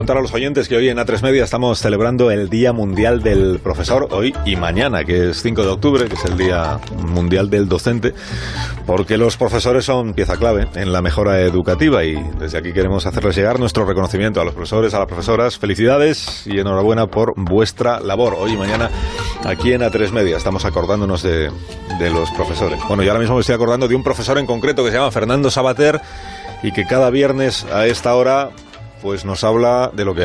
Contar a los oyentes que hoy en A3 Media estamos celebrando el Día Mundial del Profesor, hoy y mañana, que es 5 de octubre, que es el Día Mundial del Docente, porque los profesores son pieza clave en la mejora educativa y desde aquí queremos hacerles llegar nuestro reconocimiento a los profesores, a las profesoras. Felicidades y enhorabuena por vuestra labor. Hoy y mañana aquí en A3 Media estamos acordándonos de los profesores. Bueno, yo ahora mismo me estoy acordando de un profesor en concreto que se llama Fernando Sabater y que cada viernes a esta hora pues nos habla de lo que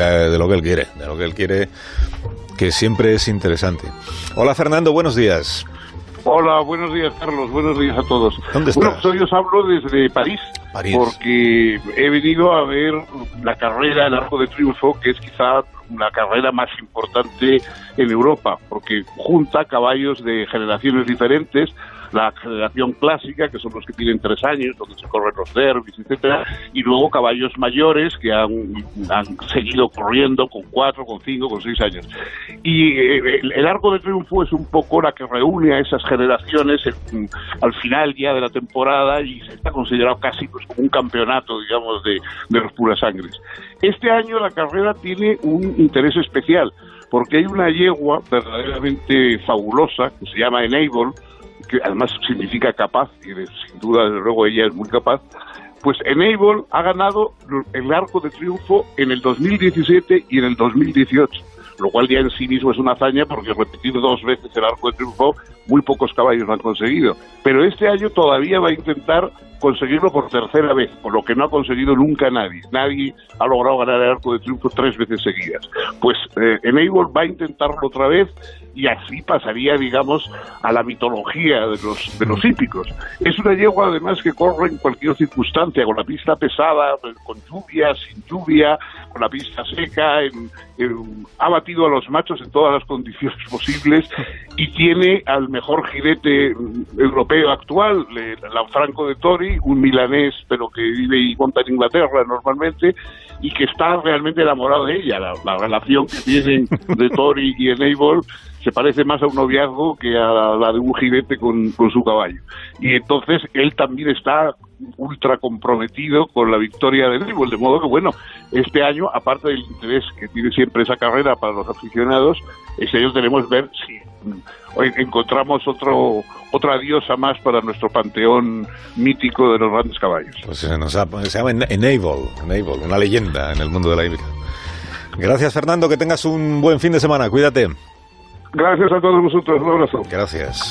él quiere, que siempre es interesante. Hola Fernando, buenos días. Hola, buenos días Carlos, buenos días a todos. ¿Dónde estás? Bueno, pues hoy os hablo desde París, porque he venido a ver la carrera, el Arco de Triunfo, que es quizá la carrera más importante en Europa, porque junta caballos de generaciones diferentes, la generación clásica, que son los que tienen 3 años, donde se corren los derbis, etcétera, y luego caballos mayores que han seguido corriendo con 4, con 5, con 6 años. Y el Arco de Triunfo es un poco la que reúne a esas generaciones al final ya de la temporada y se está considerado casi pues como un campeonato, digamos, de los puras sangres. Este año la carrera tiene un interés especial, porque hay una yegua verdaderamente fabulosa que se llama Enable, que además significa capaz, y sin duda, desde luego, ella es muy capaz. Pues Enable ha ganado el Arco de Triunfo en el 2017 y en el 2018, lo cual ya en sí mismo es una hazaña, porque repetir 2 veces el Arco de Triunfo, muy pocos caballos lo han conseguido. Pero este año todavía va a intentar conseguirlo por 3ª vez, por lo que no ha conseguido nunca nadie. Nadie ha logrado ganar el Arco de Triunfo 3 veces seguidas. Pues Enable va a intentarlo otra vez y así pasaría, digamos, a la mitología de los hípicos. Es una yegua, además, que corre en cualquier circunstancia, con la pista pesada, con lluvia, sin lluvia, con la pista seca, ha batido a los machos en todas las condiciones posibles y tiene al mejor jinete europeo actual, Lanfranco de Tori, un milanés, pero que vive y monta en Inglaterra normalmente, y que está realmente enamorado de ella. La relación que tienen de Tori y Enable se parece más a un noviazgo que a la de un jinete con su caballo. Y entonces él también está ultra comprometido con la victoria de Enable, de modo que, bueno, este año, aparte del interés que tiene siempre esa carrera para los aficionados, este año tenemos ver si hoy encontramos otra diosa más para nuestro panteón mítico de los grandes caballos. Pues se llama Enable, una leyenda en el mundo de la hípica. Gracias Fernando, que tengas un buen fin de semana, cuídate. Gracias a todos vosotros, un abrazo. Gracias.